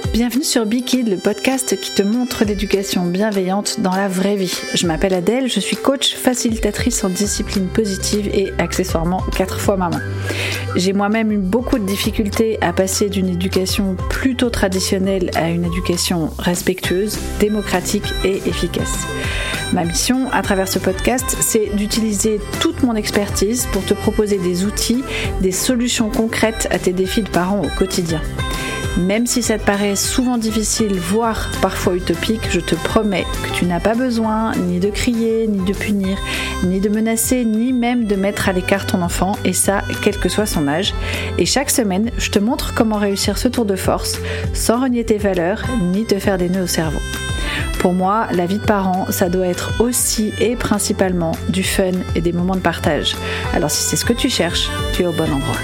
Bienvenue sur Be Kid, le podcast qui te montre l'éducation bienveillante dans la vraie vie. Je m'appelle Adèle, je suis coach, facilitatrice en discipline positive et accessoirement 4 fois maman. J'ai moi-même eu beaucoup de difficultés à passer d'une éducation plutôt traditionnelle à une éducation respectueuse, démocratique et efficace. Ma mission à travers ce podcast, c'est d'utiliser toute mon expertise pour te proposer des outils, des solutions concrètes à tes défis de parents au quotidien. Même si ça te paraît souvent difficile, voire parfois utopique, je te promets que tu n'as pas besoin ni de crier, ni de punir, ni de menacer, ni même de mettre à l'écart ton enfant, et ça, quel que soit son âge. Et chaque semaine, je te montre comment réussir ce tour de force, sans renier tes valeurs, ni te faire des nœuds au cerveau. Pour moi, la vie de parent, ça doit être aussi et principalement du fun et des moments de partage. Alors si c'est ce que tu cherches, tu es au bon endroit.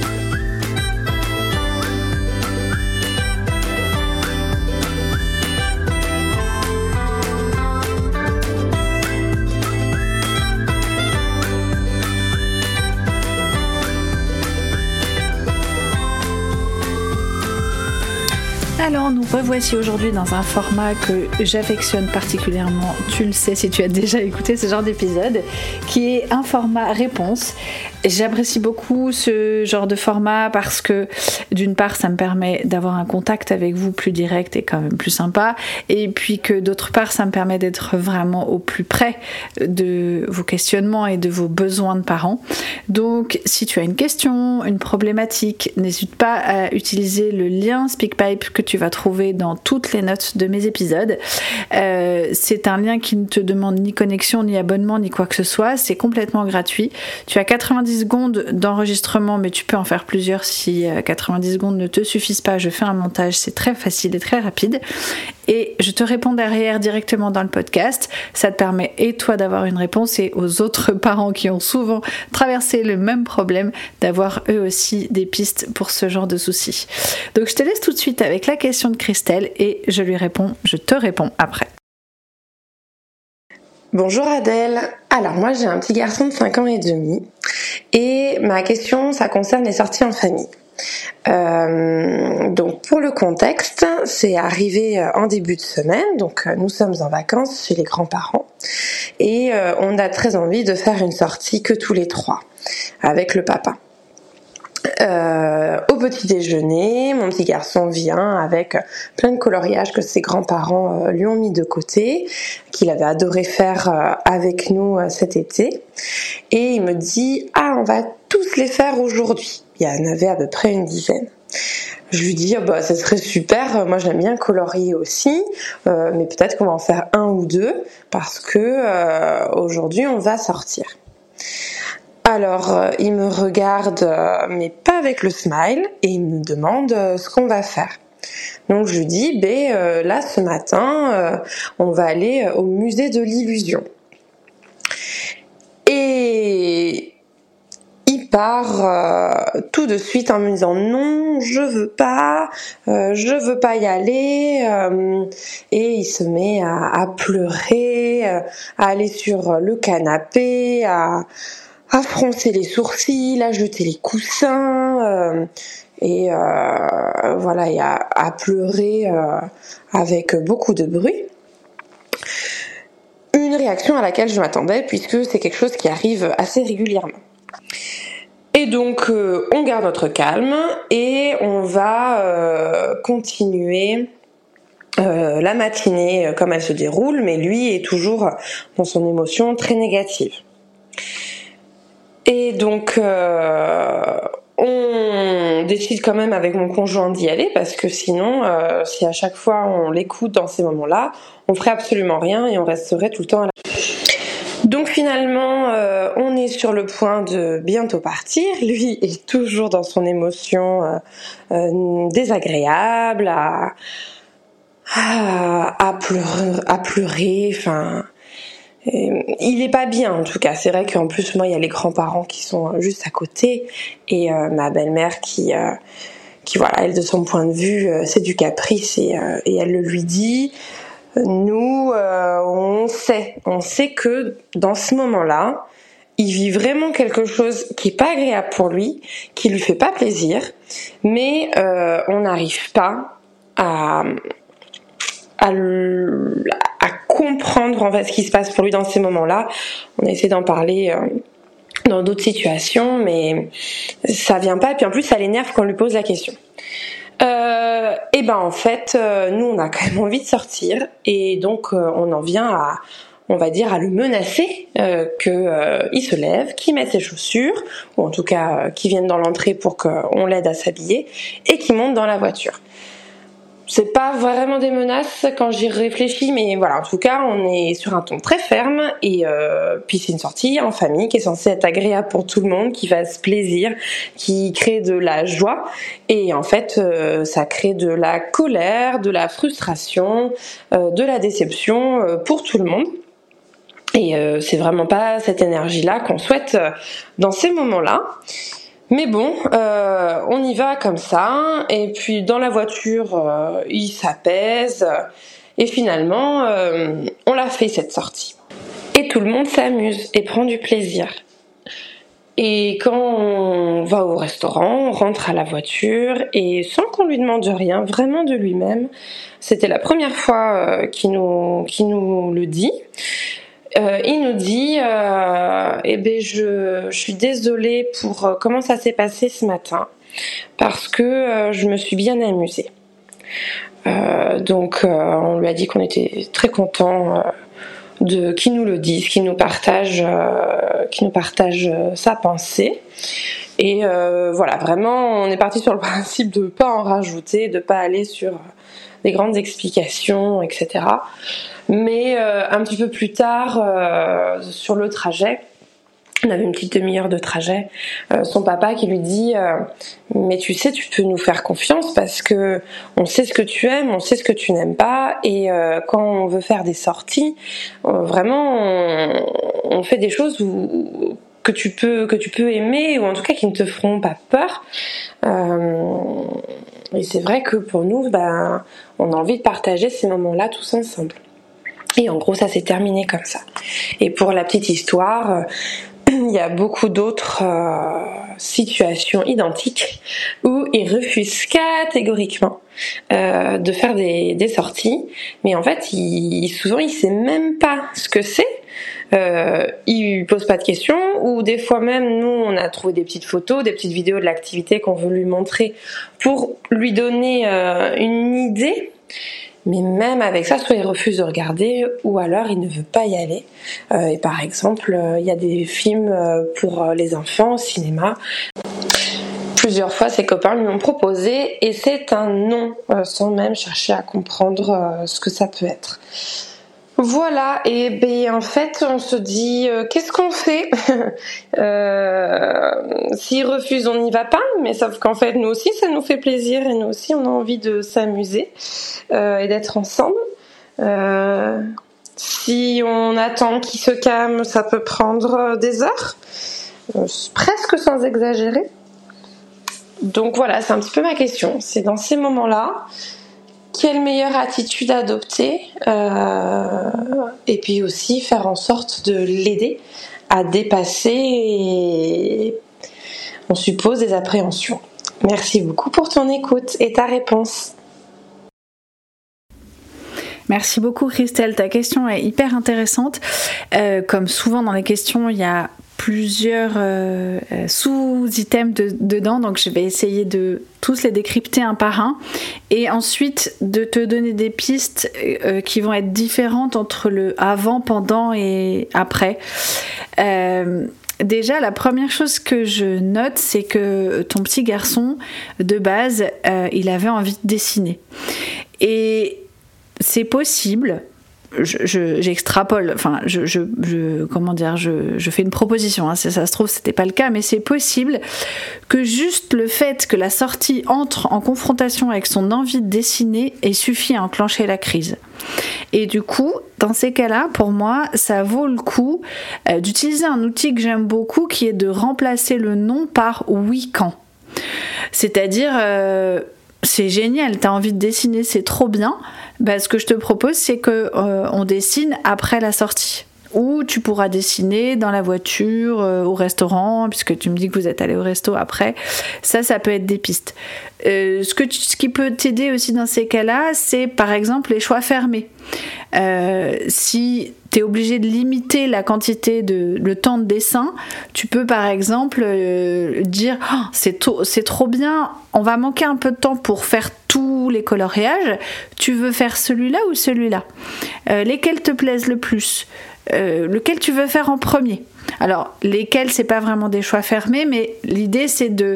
Alors nous revoici aujourd'hui dans un format que j'affectionne particulièrement, tu le sais si tu as déjà écouté ce genre d'épisode, qui est un format réponse. J'apprécie beaucoup ce genre de format parce que d'une part ça me permet d'avoir un contact avec vous plus direct et quand même plus sympa, et puis que d'autre part ça me permet d'être vraiment au plus près de vos questionnements et de vos besoins de parents. Donc si tu as une question, une problématique, n'hésite pas à utiliser le lien SpeakPipe que tu vas trouver dans toutes les notes de mes épisodes. C'est un lien qui ne te demande ni connexion, ni abonnement, ni quoi que ce soit. C'est complètement gratuit. Tu as 90 secondes d'enregistrement, mais tu peux en faire plusieurs si 90 secondes ne te suffisent pas. Je fais un montage, c'est très facile et très rapide. Et je te réponds derrière directement dans le podcast. Ça te permet et toi d'avoir une réponse et aux autres parents qui ont souvent traversé le même problème d'avoir eux aussi des pistes pour ce genre de soucis. Donc je te laisse tout de suite avec la question de Christelle et je te réponds après. Bonjour Adèle. Alors moi j'ai un petit garçon de 5 ans et demi et ma question ça concerne les sorties en famille. Donc pour le contexte, c'est arrivé en début de semaine, donc nous sommes en vacances chez les grands-parents et on a très envie de faire une sortie que tous les 3 avec le papa. Au petit déjeuner, mon petit garçon vient avec plein de coloriages que ses grands-parents lui ont mis de côté, qu'il avait adoré faire avec nous cet été, et il me dit « Ah, on va tous les faire aujourd'hui ». Il y en avait à peu près une dizaine. Je lui dis « ça serait super, moi j'aime bien colorier aussi, mais peut-être qu'on va en faire 1 ou 2 parce que aujourd'hui on va sortir ». Alors, il me regarde, mais pas avec le smile, et il me demande ce qu'on va faire. Donc je lui dis, là ce matin, on va aller au musée de l'illusion. Et il part tout de suite en me disant non, je veux pas y aller, et il se met à pleurer, à aller sur le canapé, à froncer les sourcils, à jeter les coussins, et à pleurer avec beaucoup de bruit. Une réaction à laquelle je m'attendais puisque c'est quelque chose qui arrive assez régulièrement. Et donc on garde notre calme et on va continuer la matinée comme elle se déroule, mais lui est toujours dans son émotion très négative. Et donc on décide quand même avec mon conjoint d'y aller parce que sinon, si à chaque fois on l'écoute dans ces moments-là, on ferait absolument rien et on resterait tout le temps à la... Donc finalement, on est sur le point de bientôt partir. Lui est toujours dans son émotion désagréable, à pleurer, enfin... Il est pas bien en tout cas. C'est vrai qu'en plus moi il y a les grands-parents qui sont juste à côté et ma belle-mère qui voilà, elle de son point de vue c'est du caprice et elle le lui dit. Nous on sait que dans ce moment-là il vit vraiment quelque chose qui est pas agréable pour lui, qui lui fait pas plaisir, mais on n'arrive pas à comprendre en fait ce qui se passe pour lui dans ces moments-là. On a essayé d'en parler dans d'autres situations, mais ça vient pas. Et puis en plus, ça l'énerve quand on lui pose la question. Et ben en fait, nous on a quand même envie de sortir, et donc on en vient à, on va dire, à le menacer qu'il se lève, qu'il mette ses chaussures, ou en tout cas qu'il vienne dans l'entrée pour qu'on l'aide à s'habiller, et qu'il monte dans la voiture. C'est pas vraiment des menaces quand j'y réfléchis, mais voilà, en tout cas, on est sur un ton très ferme, et puis c'est une sortie en famille qui est censée être agréable pour tout le monde, qui fasse plaisir, qui crée de la joie, et en fait, ça crée de la colère, de la frustration, de la déception pour tout le monde. Et c'est vraiment pas cette énergie-là qu'on souhaite dans ces moments-là. Mais bon, on y va comme ça, et puis dans la voiture, il s'apaise, et finalement, on l'a fait cette sortie. Et tout le monde s'amuse et prend du plaisir. Et quand on va au restaurant, on rentre à la voiture, et sans qu'on lui demande rien, vraiment de lui-même, c'était la première fois qu'il nous le dit. Il nous dit je suis désolée pour comment ça s'est passé ce matin, parce que je me suis bien amusée. Donc on lui a dit qu'on était très contents qu'il nous le dise, qu'il nous partage sa pensée. Et voilà, vraiment, on est parti sur le principe de pas en rajouter, de pas aller sur des grandes explications, etc. Mais un petit peu plus tard, sur le trajet, on avait une petite demi-heure de trajet, son papa qui lui dit mais tu sais, tu peux nous faire confiance parce que on sait ce que tu aimes, on sait ce que tu n'aimes pas, et quand on veut faire des sorties, vraiment on fait des choses que tu peux aimer, ou en tout cas qui ne te feront pas peur. Et c'est vrai que pour nous, on a envie de partager ces moments-là tous ensemble. Et en gros, ça s'est terminé comme ça. Et pour la petite histoire, il y a beaucoup d'autres situations identiques où il refuse catégoriquement de faire des sorties. Mais en fait, souvent, il sait même pas ce que c'est. Il pose pas de questions, ou des fois même, nous, on a trouvé des petites photos, des petites vidéos de l'activité qu'on veut lui montrer pour lui donner une idée. Mais même avec ça, soit il refuse de regarder, ou alors il ne veut pas y aller. Et par exemple, il y a des films pour les enfants au cinéma. Plusieurs fois, ses copains lui ont proposé, et c'est un non, sans même chercher à comprendre ce que ça peut être. Voilà, et en fait, on se dit, qu'est-ce qu'on fait s'il refuse, on n'y va pas, mais sauf qu'en fait, nous aussi, ça nous fait plaisir, et nous aussi, on a envie de s'amuser et d'être ensemble. Si on attend qu'il se calme, ça peut prendre des heures, presque sans exagérer. Donc voilà, c'est un petit peu ma question. C'est dans ces moments-là, quelle meilleure attitude adopter, et puis aussi faire en sorte de l'aider à dépasser, on suppose, des appréhensions. Merci beaucoup pour ton écoute et ta réponse. Merci beaucoup Christelle, ta question est hyper intéressante. Comme souvent dans les questions, il y a plusieurs sous-items dedans, donc je vais essayer de tous les décrypter un par un, et ensuite de te donner des pistes qui vont être différentes entre le avant, pendant et après. Déjà, la première chose que je note, c'est que ton petit garçon, de base, il avait envie de dessiner. Et c'est possible, j'extrapole, enfin, comment dire, je fais une proposition, hein, si ça se trouve, c'était pas le cas, mais c'est possible que juste le fait que la sortie entre en confrontation avec son envie de dessiner ait suffi à enclencher la crise. Et du coup, dans ces cas-là, pour moi, ça vaut le coup d'utiliser un outil que j'aime beaucoup, qui est de remplacer le non par oui quand. C'est-à-dire, c'est génial, t'as envie de dessiner, c'est trop bien. Ce que je te propose, c'est qu'on dessine après la sortie. Ou tu pourras dessiner dans la voiture, au restaurant, puisque tu me dis que vous êtes allé au resto après. Ça peut être des pistes. Ce qui peut t'aider aussi dans ces cas-là, c'est par exemple les choix fermés. Si tu es obligé de limiter la quantité le temps de dessin, tu peux par exemple dire c'est trop bien, on va manquer un peu de temps pour faire tous les coloriages, tu veux faire celui-là ou celui-là, lesquels te plaisent le plus, lequel tu veux faire en premier. Alors lesquels, c'est pas vraiment des choix fermés, mais l'idée c'est de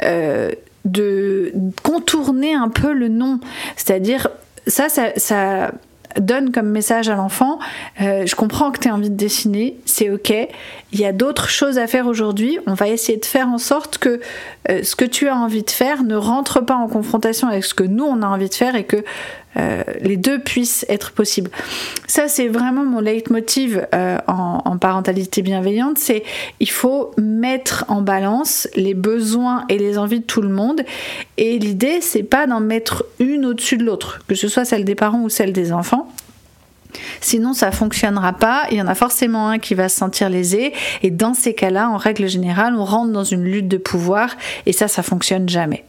contourner un peu le non, c'est-à-dire ça donne comme message à l'enfant, je comprends que tu as envie de dessiner, c'est ok, il y a d'autres choses à faire aujourd'hui, on va essayer de faire en sorte que ce que tu as envie de faire ne rentre pas en confrontation avec ce que nous on a envie de faire et que les deux puissent être possibles. Ça c'est vraiment mon leitmotiv en parentalité bienveillante, c'est il faut mettre en balance les besoins et les envies de tout le monde, et l'idée c'est pas d'en mettre une au-dessus de l'autre, que ce soit celle des parents ou celle des enfants. Sinon ça fonctionnera pas, il y en a forcément un qui va se sentir lésé, et dans ces cas-là, en règle générale, on rentre dans une lutte de pouvoir, et ça fonctionne jamais.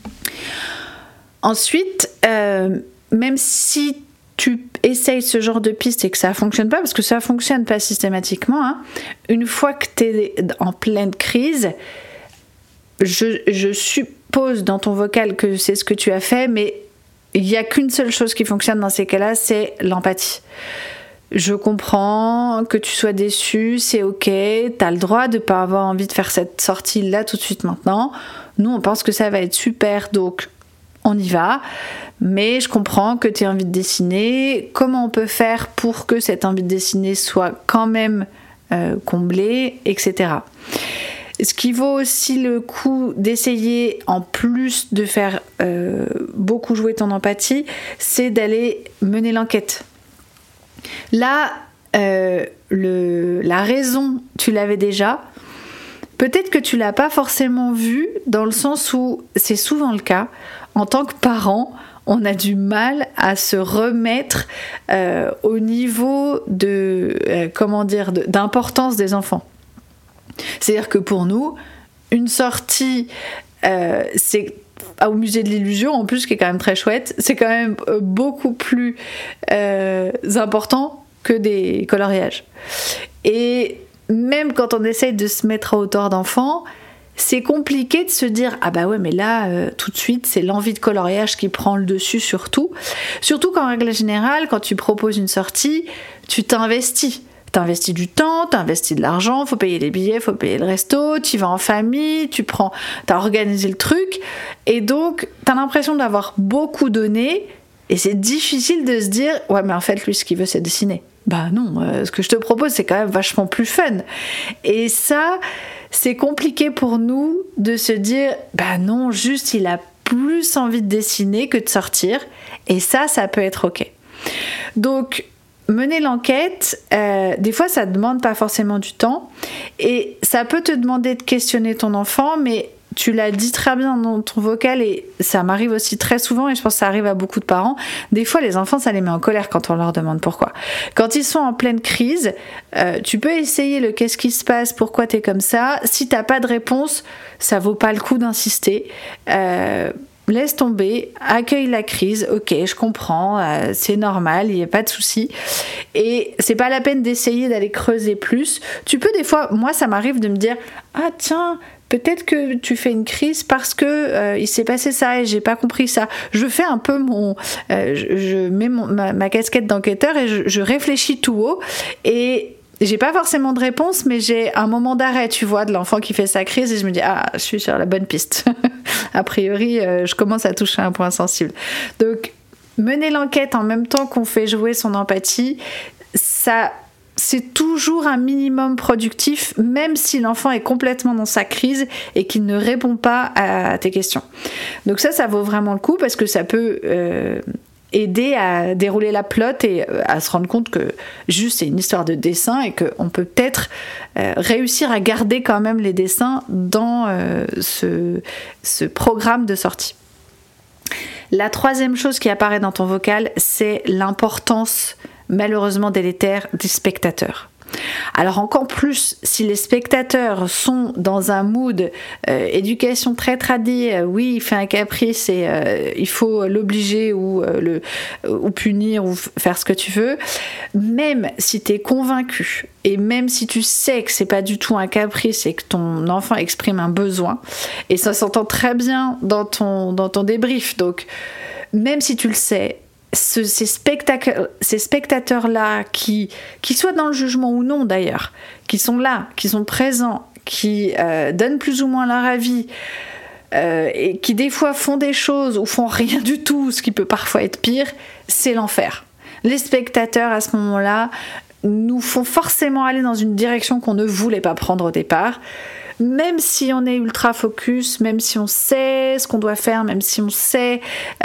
Ensuite, même si tu essayes ce genre de piste et que ça fonctionne pas, parce que ça fonctionne pas systématiquement, hein, une fois que tu es en pleine crise, je suppose dans ton vocal que c'est ce que tu as fait, mais il n'y a qu'une seule chose qui fonctionne dans ces cas-là, c'est l'empathie. Je comprends que tu sois déçu, c'est ok, t'as le droit de pas avoir envie de faire cette sortie là tout de suite maintenant. Nous on pense que ça va être super, donc on y va, mais je comprends que tu aies envie de dessiner. Comment on peut faire pour que cette envie de dessiner soit quand même comblée, etc. Ce qui vaut aussi le coup d'essayer, en plus de faire beaucoup jouer ton empathie, c'est d'aller mener l'enquête. Là, la raison, tu l'avais déjà. Peut-être que tu l'as pas forcément vue, dans le sens où c'est souvent le cas. En tant que parent, on a du mal à se remettre au niveau d'importance des enfants. C'est-à-dire que pour nous, une sortie, c'est au musée de l'illusion, en plus, qui est quand même très chouette, c'est quand même beaucoup plus important que des coloriages. Et même quand on essaye de se mettre à hauteur d'enfant, c'est compliqué de se dire ah bah ouais mais là tout de suite c'est l'envie de coloriage qui prend le dessus sur tout. Surtout qu'en règle générale, quand tu proposes une sortie, tu t'investis. T'investis du temps, t'investis de l'argent, faut payer les billets, faut payer le resto, tu vas en famille, t'as organisé le truc, et donc t'as l'impression d'avoir beaucoup donné, et c'est difficile de se dire ouais mais en fait lui ce qu'il veut c'est dessiner. Bah non, ce que je te propose c'est quand même vachement plus fun. Et ça, c'est compliqué pour nous de se dire bah non, juste il a plus envie de dessiner que de sortir, et ça peut être ok. Donc mener l'enquête, des fois ça ne demande pas forcément du temps, et ça peut te demander de questionner ton enfant, mais tu l'as dit très bien dans ton vocal, et ça m'arrive aussi très souvent, et je pense que ça arrive à beaucoup de parents. Des fois les enfants ça les met en colère quand on leur demande pourquoi. Quand ils sont en pleine crise, tu peux essayer le qu'est-ce qui se passe, pourquoi t'es comme ça. Si t'as pas de réponse, ça vaut pas le coup d'insister. Laisse tomber, accueille la crise, ok, je comprends, c'est normal, il n'y a pas de souci. Et c'est pas la peine d'essayer d'aller creuser plus. Tu peux des fois, moi ça m'arrive de me dire, ah tiens, peut-être que tu fais une crise parce que il s'est passé ça et j'ai pas compris ça. Je fais un peu je mets ma casquette d'enquêteur et je réfléchis tout haut, et j'ai pas forcément de réponse, mais j'ai un moment d'arrêt, tu vois, de l'enfant qui fait sa crise, et je me dis ah, je suis sur la bonne piste. A priori, je commence à toucher un point sensible. Donc, mener l'enquête en même temps qu'on fait jouer son empathie, ça, c'est toujours un minimum productif, même si l'enfant est complètement dans sa crise et qu'il ne répond pas à tes questions. Donc ça vaut vraiment le coup, parce que ça peut aider à dérouler la plotte et à se rendre compte que juste c'est une histoire de dessin, et qu'on peut peut-être réussir à garder quand même les dessins dans ce programme de sortie. La troisième chose qui apparaît dans ton vocal, c'est l'importance malheureusement délétère des spectateurs. Alors encore plus si les spectateurs sont dans un mood éducation très tradie, oui il fait un caprice et il faut l'obliger ou punir ou faire ce que tu veux, même si tu es convaincu et même si tu sais que c'est pas du tout un caprice et que ton enfant exprime un besoin, et ça s'entend très bien dans ton débrief, donc même si tu le sais, ces spectateurs-là qui soient dans le jugement ou non d'ailleurs, qui sont là, qui sont présents, qui donnent plus ou moins leur avis, et qui des fois font des choses ou font rien du tout, ce qui peut parfois être pire, c'est l'enfer. Les spectateurs à ce moment-là nous font forcément aller dans une direction qu'on ne voulait pas prendre au départ, même si on est ultra focus, même si on sait ce qu'on doit faire, même si on sait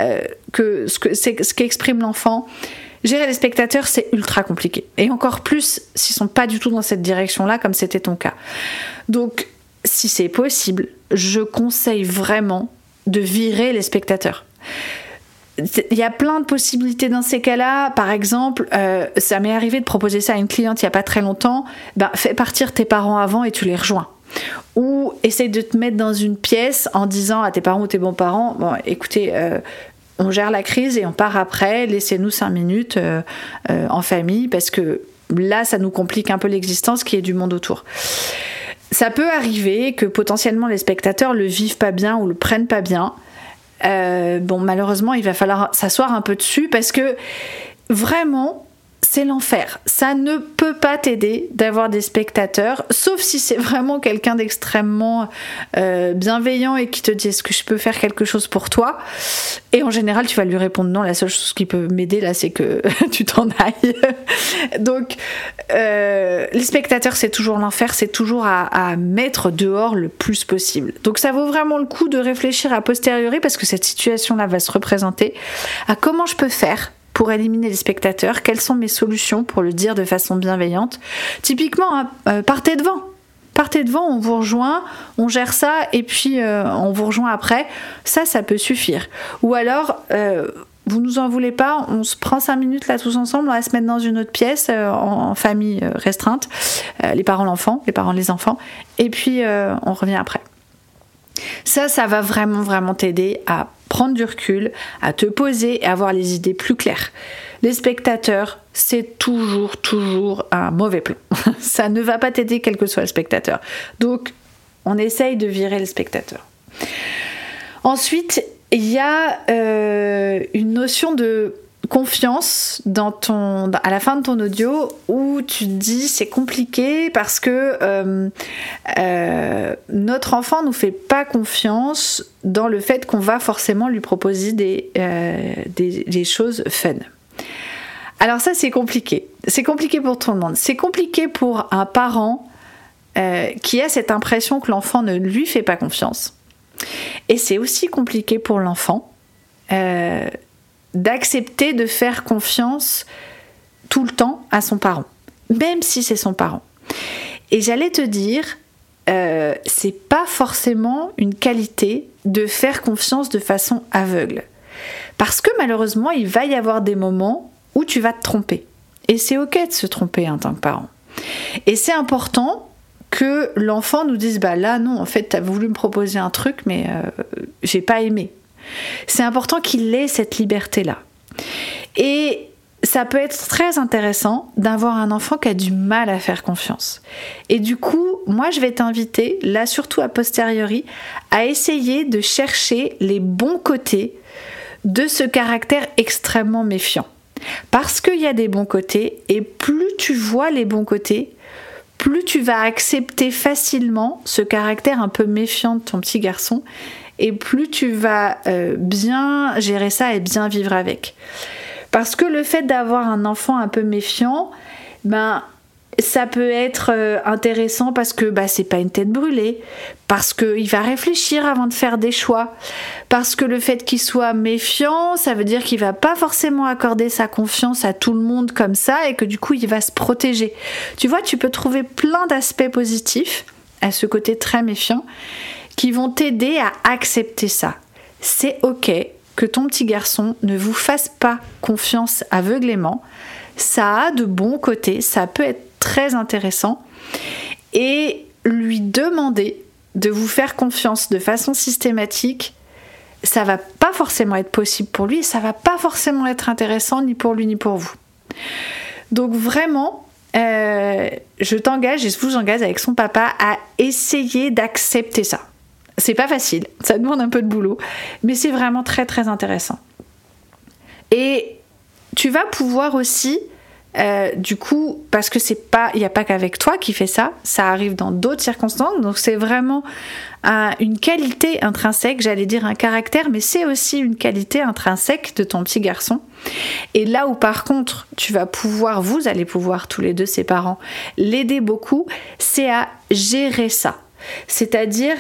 ce qu'exprime l'enfant. Gérer les spectateurs, c'est ultra compliqué. Et encore plus s'ils ne sont pas du tout dans cette direction-là, comme c'était ton cas. Donc, si c'est possible, je conseille vraiment de virer les spectateurs. Il y a plein de possibilités dans ces cas-là. Par exemple, ça m'est arrivé de proposer ça à une cliente il n'y a pas très longtemps. Fais partir tes parents avant et tu les rejoins. Ou essaye de te mettre dans une pièce en disant à tes parents ou tes bons parents, bon, écoutez, on gère la crise et on part après, laissez-nous 5 minutes en famille, parce que là, ça nous complique un peu l'existence, qu'il y ait du monde autour. Ça peut arriver que potentiellement les spectateurs le vivent pas bien ou le prennent pas bien. Malheureusement, il va falloir s'asseoir un peu dessus, parce que vraiment, c'est l'enfer. Ça ne peut pas t'aider d'avoir des spectateurs, sauf si c'est vraiment quelqu'un d'extrêmement bienveillant et qui te dit est-ce que je peux faire quelque chose pour toi, et en général tu vas lui répondre non, la seule chose qui peut m'aider là c'est que tu t'en ailles. Donc les spectateurs c'est toujours l'enfer, c'est toujours à mettre dehors le plus possible. Donc ça vaut vraiment le coup de réfléchir a posteriori, parce que cette situation là va se représenter, à comment je peux faire pour éliminer les spectateurs, quelles sont mes solutions pour le dire de façon bienveillante. Typiquement, partez devant, on vous rejoint, on gère ça et puis on vous rejoint après. Ça peut suffire. Ou alors, vous nous en voulez pas, on se prend 5 minutes là tous ensemble, on va se mettre dans une autre pièce en famille restreinte, les parents les enfants, et puis on revient après. Ça va vraiment, vraiment t'aider à prendre du recul, à te poser et à avoir les idées plus claires. Les spectateurs, c'est toujours un mauvais plan. Ça ne va pas t'aider quel que soit le spectateur. Donc, on essaye de virer le spectateur. Ensuite, il y a une notion de confiance à la fin de ton audio, où tu te dis c'est compliqué parce que notre enfant nous fait pas confiance dans le fait qu'on va forcément lui proposer des choses fun. Alors ça c'est compliqué pour tout le monde. C'est compliqué pour un parent qui a cette impression que l'enfant ne lui fait pas confiance, et c'est aussi compliqué pour l'enfant d'accepter de faire confiance tout le temps à son parent, même si c'est son parent. Et j'allais te dire, c'est pas forcément une qualité de faire confiance de façon aveugle, parce que malheureusement il va y avoir des moments où tu vas te tromper, et c'est ok de se tromper en tant que parent, et c'est important que l'enfant nous dise là non, en fait t'as voulu me proposer un truc mais j'ai pas aimé. C'est important qu'il ait cette liberté-là. Et ça peut être très intéressant d'avoir un enfant qui a du mal à faire confiance. Et du coup, moi je vais t'inviter, là surtout a posteriori, à essayer de chercher les bons côtés de ce caractère extrêmement méfiant. Parce qu'il y a des bons côtés, et plus tu vois les bons côtés, plus tu vas accepter facilement ce caractère un peu méfiant de ton petit garçon, et plus tu vas bien gérer ça et bien vivre avec. Parce que le fait d'avoir un enfant un peu méfiant, ça peut être intéressant parce que c'est pas une tête brûlée, parce qu'il va réfléchir avant de faire des choix, parce que le fait qu'il soit méfiant, ça veut dire qu'il va pas forcément accorder sa confiance à tout le monde comme ça, et que du coup il va se protéger. Tu vois, tu peux trouver plein d'aspects positifs à ce côté très méfiant qui vont t'aider à accepter ça. C'est ok que ton petit garçon ne vous fasse pas confiance aveuglément. Ça a de bons côtés, ça peut être très intéressant, et lui demander de vous faire confiance de façon systématique. Ça va pas forcément être possible pour lui, et ça va pas forcément être intéressant ni pour lui ni pour vous. Donc vraiment, je t'engage et je vous engage avec son papa à essayer d'accepter ça. C'est pas facile, ça demande un peu de boulot, mais c'est vraiment très très intéressant. Et tu vas pouvoir aussi, du coup, parce que il n'y a pas qu'avec toi qui fait ça, ça arrive dans d'autres circonstances, donc c'est vraiment une qualité intrinsèque, j'allais dire un caractère, mais c'est aussi une qualité intrinsèque de ton petit garçon. Et là où par contre vous allez pouvoir tous les deux, ses parents, l'aider beaucoup, c'est à gérer ça. C'est-à-dire,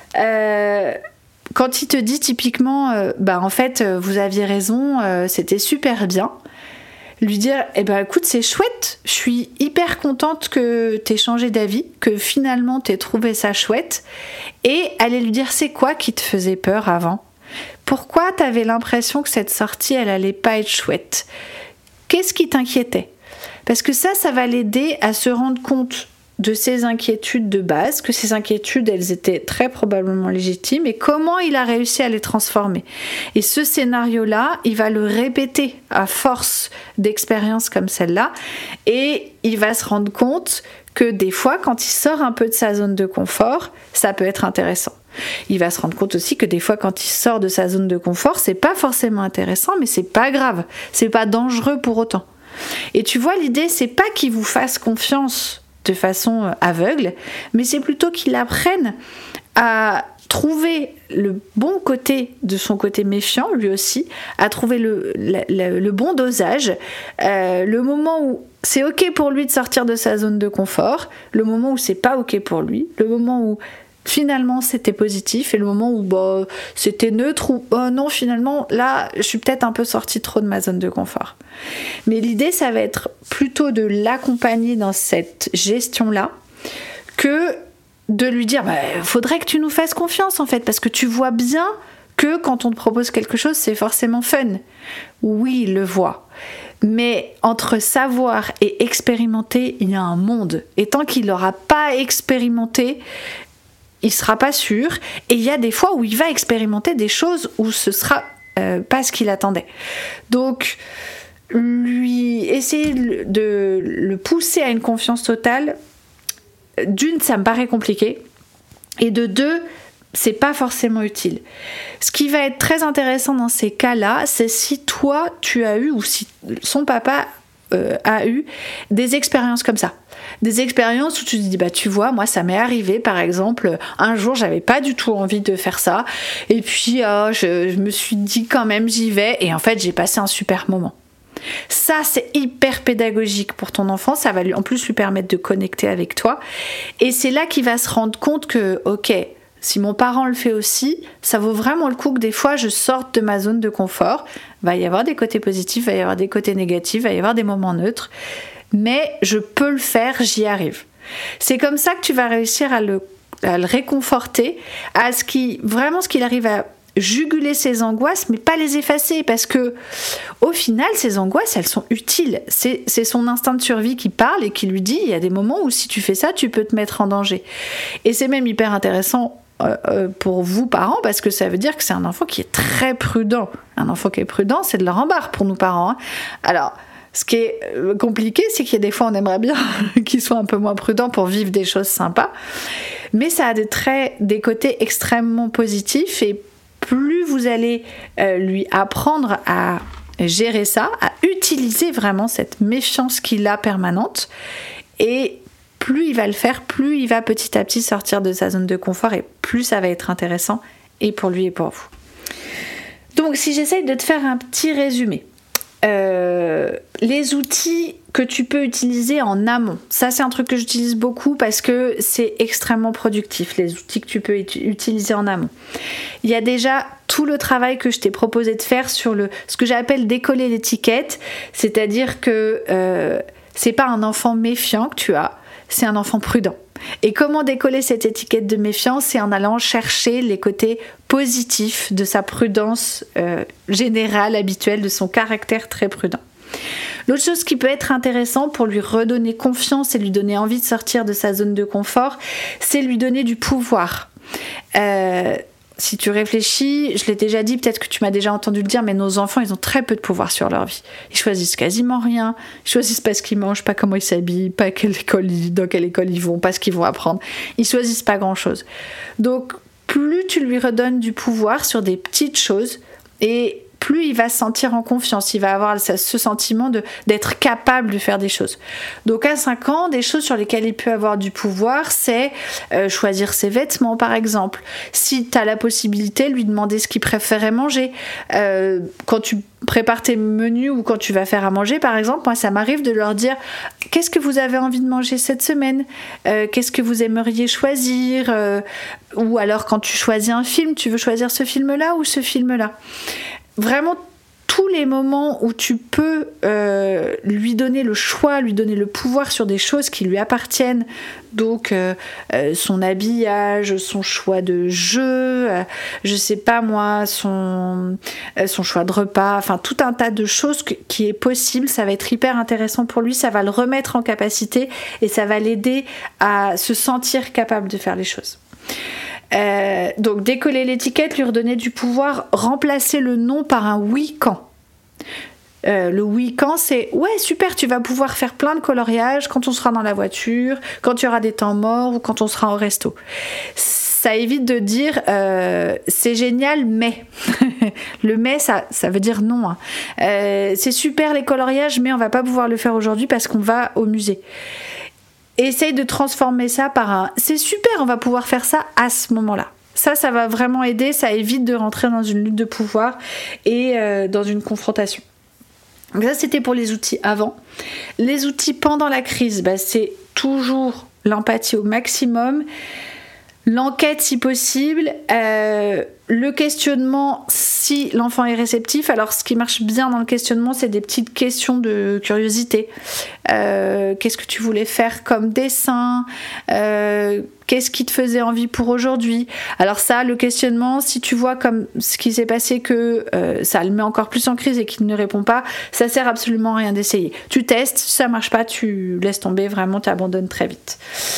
quand il te dit typiquement, en fait, vous aviez raison, c'était super bien, lui dire, écoute, c'est chouette, je suis hyper contente que t'aies changé d'avis, que finalement t'aies trouvé ça chouette, et aller lui dire, c'est quoi qui te faisait peur avant ? Pourquoi t'avais l'impression que cette sortie, elle allait pas être chouette ? Qu'est-ce qui t'inquiétait ? Parce que ça va l'aider à se rendre compte de ses inquiétudes de base, que ces inquiétudes, elles étaient très probablement légitimes, et comment il a réussi à les transformer. Et ce scénario-là, il va le répéter à force d'expériences comme celle-là, et il va se rendre compte que des fois, quand il sort un peu de sa zone de confort, ça peut être intéressant. Il va se rendre compte aussi que des fois, quand il sort de sa zone de confort, c'est pas forcément intéressant, mais c'est pas grave, c'est pas dangereux pour autant. Et tu vois, l'idée, c'est pas qu'il vous fasse confiance de façon aveugle, mais c'est plutôt qu'il apprenne à trouver le bon côté de son côté méfiant, lui aussi, à trouver le bon dosage, le moment où c'est ok pour lui de sortir de sa zone de confort, le moment où c'est pas ok pour lui, le moment où finalement c'était positif et le moment où c'était neutre ou non, finalement là je suis peut-être un peu sortie trop de ma zone de confort. Mais l'idée, ça va être plutôt de l'accompagner dans cette gestion là que de lui dire faudrait que tu nous fasses confiance en fait, parce que tu vois bien que quand on te propose quelque chose, c'est forcément fun. Oui, il le voit, mais entre savoir et expérimenter, il y a un monde, et tant qu'il n'aura pas expérimenté, il sera pas sûr, et il y a des fois où il va expérimenter des choses où ce sera pas ce qu'il attendait. Donc essayer de le pousser à une confiance totale, d'une, ça me paraît compliqué, et de deux, c'est pas forcément utile. Ce qui va être très intéressant dans ces cas-là, c'est si toi tu as eu, ou si son papa a eu des expériences comme ça. Des expériences où tu te dis, tu vois, moi ça m'est arrivé, par exemple, un jour j'avais pas du tout envie de faire ça, et puis je me suis dit quand même j'y vais, et en fait j'ai passé un super moment. Ça, c'est hyper pédagogique pour ton enfant, ça va en plus lui permettre de connecter avec toi, et c'est là qu'il va se rendre compte que, ok, si mon parent le fait aussi, ça vaut vraiment le coup que des fois je sorte de ma zone de confort. Va y avoir des côtés positifs, va y avoir des côtés négatifs, va y avoir des moments neutres, mais je peux le faire, j'y arrive. C'est comme ça que tu vas réussir à le réconforter, à ce qu'il arrive à juguler ses angoisses, mais pas les effacer, parce que au final, ces angoisses, elles sont utiles. C'est son instinct de survie qui parle et qui lui dit, il y a des moments où si tu fais ça, tu peux te mettre en danger. Et c'est même hyper intéressant pour vous parents, parce que ça veut dire que c'est un enfant qui est très prudent. Un enfant qui est prudent, c'est de leur embarras pour nous parents. Alors, ce qui est compliqué, c'est qu'il y a des fois, on aimerait bien qu'il soit un peu moins prudent pour vivre des choses sympas, mais ça a des côtés extrêmement positifs, et plus vous allez lui apprendre à gérer ça, à utiliser vraiment cette méfiance qu'il a permanente, et plus il va le faire, plus il va petit à petit sortir de sa zone de confort, et plus ça va être intéressant, et pour lui et pour vous. Donc si j'essaye de te faire un petit résumé, les outils que tu peux utiliser en amont, ça c'est un truc que j'utilise beaucoup parce que c'est extrêmement productif, les outils que tu peux utiliser en amont. Il y a déjà tout le travail que je t'ai proposé de faire sur ce que j'appelle décoller l'étiquette, c'est-à-dire que c'est pas un enfant méfiant que tu as, c'est un enfant prudent. Et comment décoller cette étiquette de méfiance? C'est en allant chercher les côtés positifs de sa prudence générale, habituelle, de son caractère très prudent. L'autre chose qui peut être intéressant pour lui redonner confiance et lui donner envie de sortir de sa zone de confort, c'est lui donner du pouvoir. Si tu réfléchis, je l'ai déjà dit, peut-être que tu m'as déjà entendu le dire, mais nos enfants, ils ont très peu de pouvoir sur leur vie. Ils choisissent quasiment rien. Ils choisissent pas ce qu'ils mangent, pas comment ils s'habillent, pas dans quelle école ils vont, pas ce qu'ils vont apprendre. Ils choisissent pas grand-chose. Donc, plus tu lui redonnes du pouvoir sur des petites choses, et plus il va se sentir en confiance, il va avoir ce sentiment d'être capable de faire des choses. Donc à 5 ans, des choses sur lesquelles il peut avoir du pouvoir, c'est choisir ses vêtements par exemple. Si tu as la possibilité, lui demander ce qu'il préférait manger. Quand tu prépares tes menus ou quand tu vas faire à manger par exemple, moi ça m'arrive de leur dire qu'est-ce que vous avez envie de manger cette semaine, qu'est-ce que vous aimeriez choisir, ou alors quand tu choisis un film, tu veux choisir ce film-là ou ce film-là. Vraiment tous les moments où tu peux lui donner le choix, lui donner le pouvoir sur des choses qui lui appartiennent, donc son habillage, son choix de jeu, je sais pas moi, son choix de repas, enfin tout un tas de choses qui est possible, ça va être hyper intéressant pour lui, ça va le remettre en capacité et ça va l'aider à se sentir capable de faire les choses. Donc décoller l'étiquette, lui redonner du pouvoir, remplacer le non par un oui quand. Le oui quand, c'est ouais super, tu vas pouvoir faire plein de coloriages quand on sera dans la voiture, quand tu auras des temps morts ou quand on sera au resto. Ça évite de dire c'est génial mais le mais ça veut dire non, hein. C'est super les coloriages mais on va pas pouvoir le faire aujourd'hui parce qu'on va au musée. Essaye de transformer ça par un c'est super, on va pouvoir faire ça à ce moment-là. Ça va vraiment aider, ça évite de rentrer dans une lutte de pouvoir et dans une confrontation. Donc ça, c'était pour les outils avant. Les outils pendant la crise, c'est toujours l'empathie au maximum, l'enquête si possible, le questionnement si l'enfant est réceptif. Alors ce qui marche bien dans le questionnement, c'est des petites questions de curiosité. Qu'est-ce que tu voulais faire comme dessin, qu'est-ce qui te faisait envie pour aujourd'hui. Alors ça, le questionnement, si tu vois comme ce qui s'est passé que ça le met encore plus en crise et qu'il ne répond pas, ça sert absolument à rien d'essayer. Tu testes, si ça marche pas, tu laisses tomber, vraiment tu abandonnes très vite.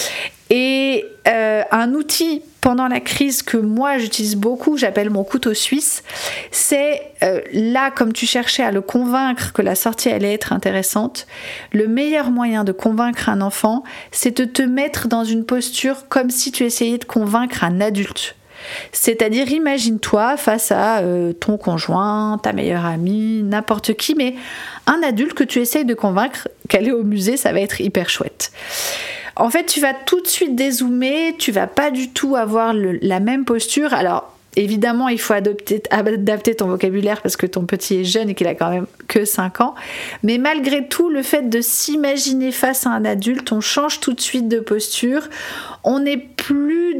Et un outil pendant la crise que moi j'utilise beaucoup, j'appelle mon couteau suisse, c'est là, comme tu cherchais à le convaincre que la sortie allait être intéressante, le meilleur moyen de convaincre un enfant, c'est de te mettre dans une posture comme si tu essayais de convaincre un adulte. C'est-à-dire, imagine-toi face à ton conjoint, ta meilleure amie, n'importe qui, mais un adulte que tu essayes de convaincre qu'aller au musée, ça va être hyper chouette. En fait, tu vas tout de suite dézoomer, tu vas pas du tout avoir la même posture. Alors, évidemment, il faut adapter ton vocabulaire parce que ton petit est jeune et qu'il a quand même que 5 ans. Mais malgré tout, le fait de s'imaginer face à un adulte, on change tout de suite de posture. On n'est plus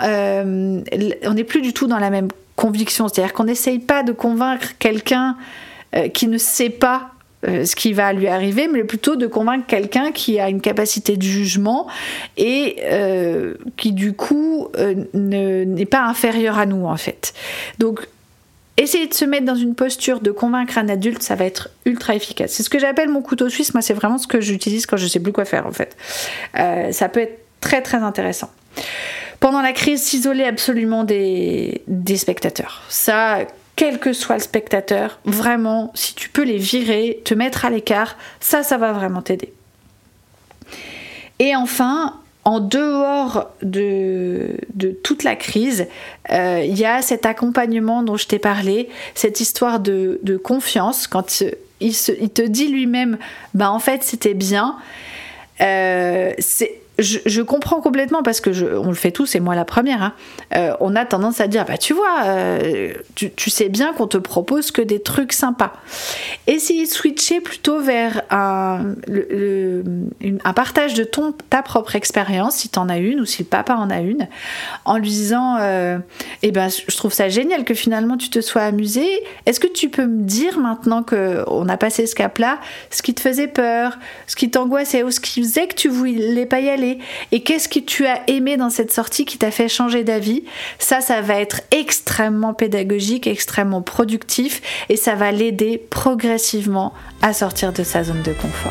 du tout dans la même conviction. C'est-à-dire qu'on n'essaye pas de convaincre quelqu'un qui ne sait pas ce qui va lui arriver, mais plutôt de convaincre quelqu'un qui a une capacité de jugement et qui du coup n'est pas inférieur à nous en fait. Donc essayer de se mettre dans une posture de convaincre un adulte, ça va être ultra efficace. C'est ce que j'appelle mon couteau suisse. Moi, c'est vraiment ce que j'utilise quand je sais plus quoi faire en fait. Ça peut être très très intéressant. Pendant la crise, s'isoler absolument des spectateurs. Ça, quel que soit le spectateur, vraiment, si tu peux les virer, te mettre à l'écart, ça va vraiment t'aider. Et enfin, en dehors de toute la crise, il y a cet accompagnement dont je t'ai parlé, cette histoire de confiance, quand il te dit lui-même, en fait c'était bien, je comprends complètement parce que on le fait tous et moi la première, on a tendance à dire tu vois, tu sais bien qu'on te propose que des trucs sympas. Essayez de switcher plutôt vers un partage de ta propre expérience si t'en as une ou si le papa en a une, en lui disant je trouve ça génial que finalement tu te sois amusé, est-ce que tu peux me dire maintenant qu'on a passé ce cap là, ce qui te faisait peur, ce qui t'angoissait ou ce qui faisait que tu voulais pas y aller, allé et qu'est-ce que tu as aimé dans cette sortie qui t'a fait changer d'avis. Ça va être extrêmement pédagogique, extrêmement productif et ça va l'aider progressivement à sortir de sa zone de confort.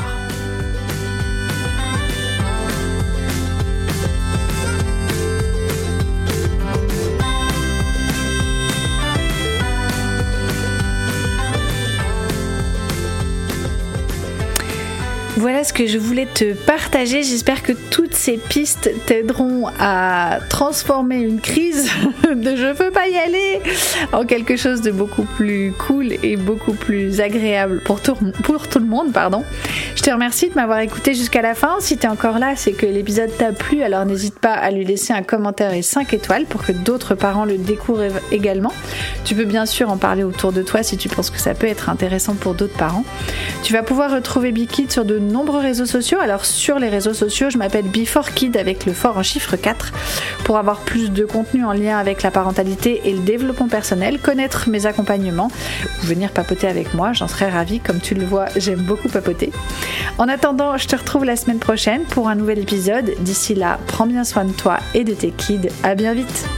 Voilà ce que je voulais te partager. J'espère que toutes ces pistes t'aideront à transformer une crise de je peux pas y aller en quelque chose de beaucoup plus cool et beaucoup plus agréable pour tout le monde. Je te remercie de m'avoir écouté jusqu'à la fin. Si t'es encore là, c'est que l'épisode t'a plu, alors n'hésite pas à lui laisser un commentaire et 5 étoiles pour que d'autres parents le découvrent également. Tu peux bien sûr en parler autour de toi si tu penses que ça peut être intéressant pour d'autres parents. Tu vas pouvoir retrouver BeKid sur de nombreux réseaux sociaux. Alors sur les réseaux sociaux, je m'appelle Be4Kid avec le fort en chiffre 4 pour avoir plus de contenu en lien avec la parentalité et le développement personnel, connaître mes accompagnements ou venir papoter avec moi, j'en serais ravie. Comme tu le vois, j'aime beaucoup papoter. En attendant, je te retrouve la semaine prochaine pour un nouvel épisode. D'ici là, prends bien soin de toi et de tes kids. À bien vite.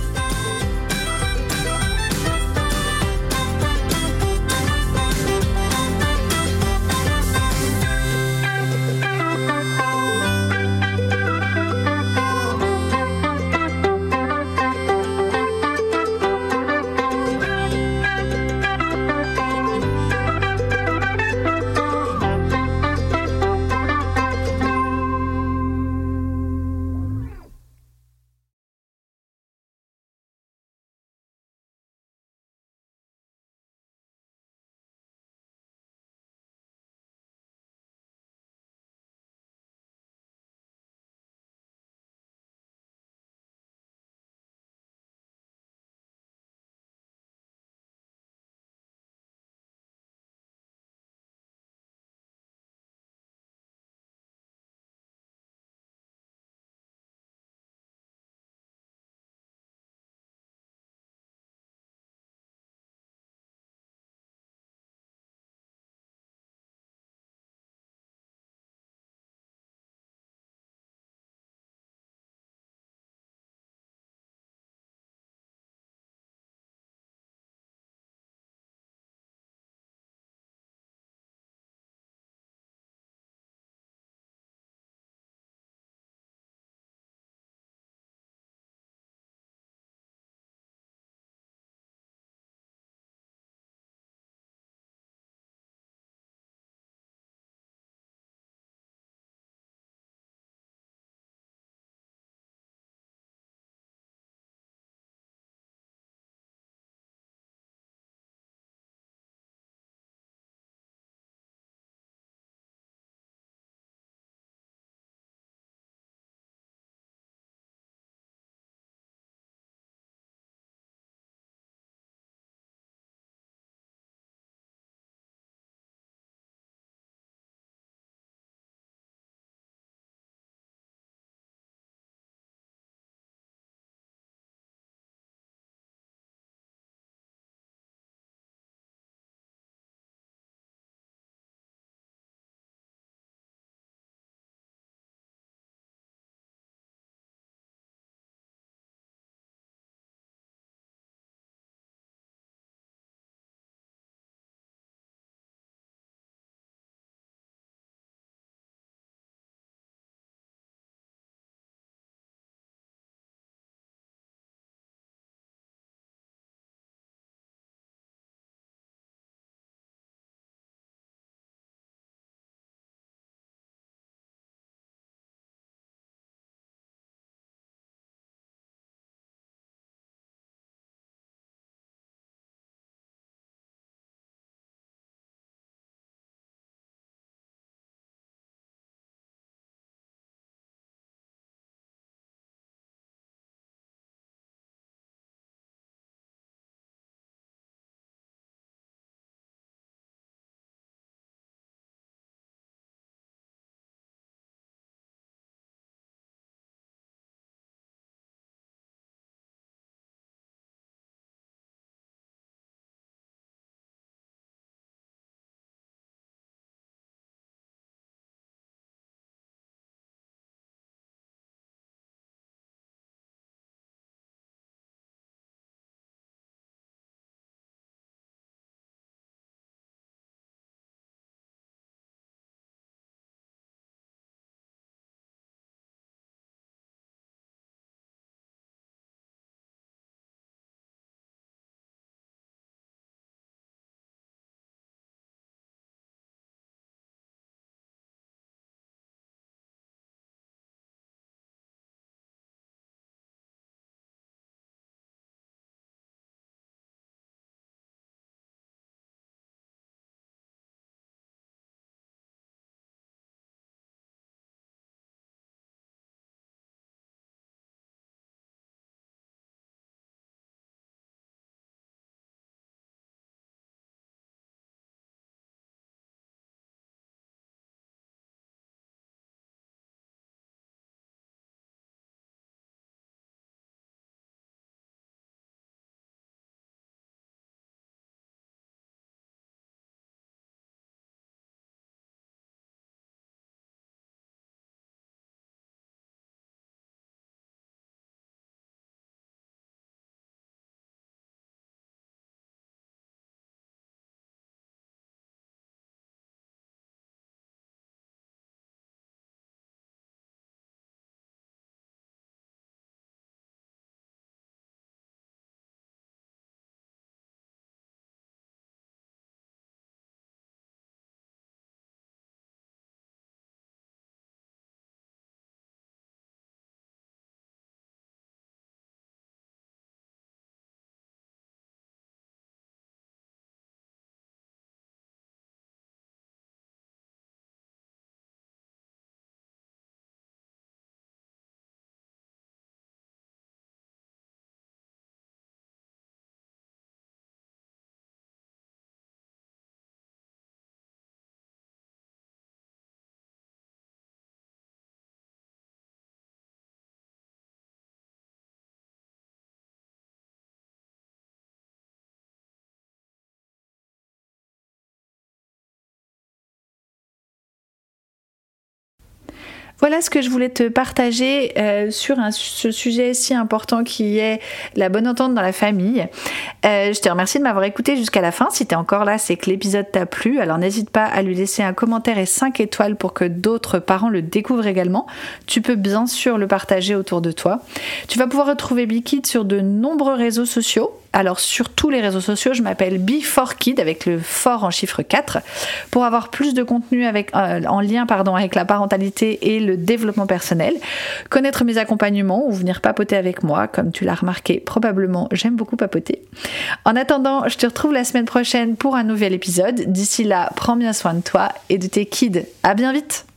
Voilà ce que je voulais te partager sur ce sujet si important qui est la bonne entente dans la famille. Je te remercie de m'avoir écouté jusqu'à la fin. Si tu es encore là, c'est que l'épisode t'a plu. Alors n'hésite pas à lui laisser un commentaire et 5 étoiles pour que d'autres parents le découvrent également. Tu peux bien sûr le partager autour de toi. Tu vas pouvoir retrouver BeKid sur de nombreux réseaux sociaux. Alors sur tous les réseaux sociaux, je m'appelle Be4Kid avec le fort en chiffre 4 pour avoir plus de contenu en lien avec la parentalité et le développement personnel, connaître mes accompagnements ou venir papoter avec moi. Comme tu l'as remarqué, probablement j'aime beaucoup papoter. En attendant, je te retrouve la semaine prochaine pour un nouvel épisode. D'ici là, prends bien soin de toi et de tes kids. À bien vite.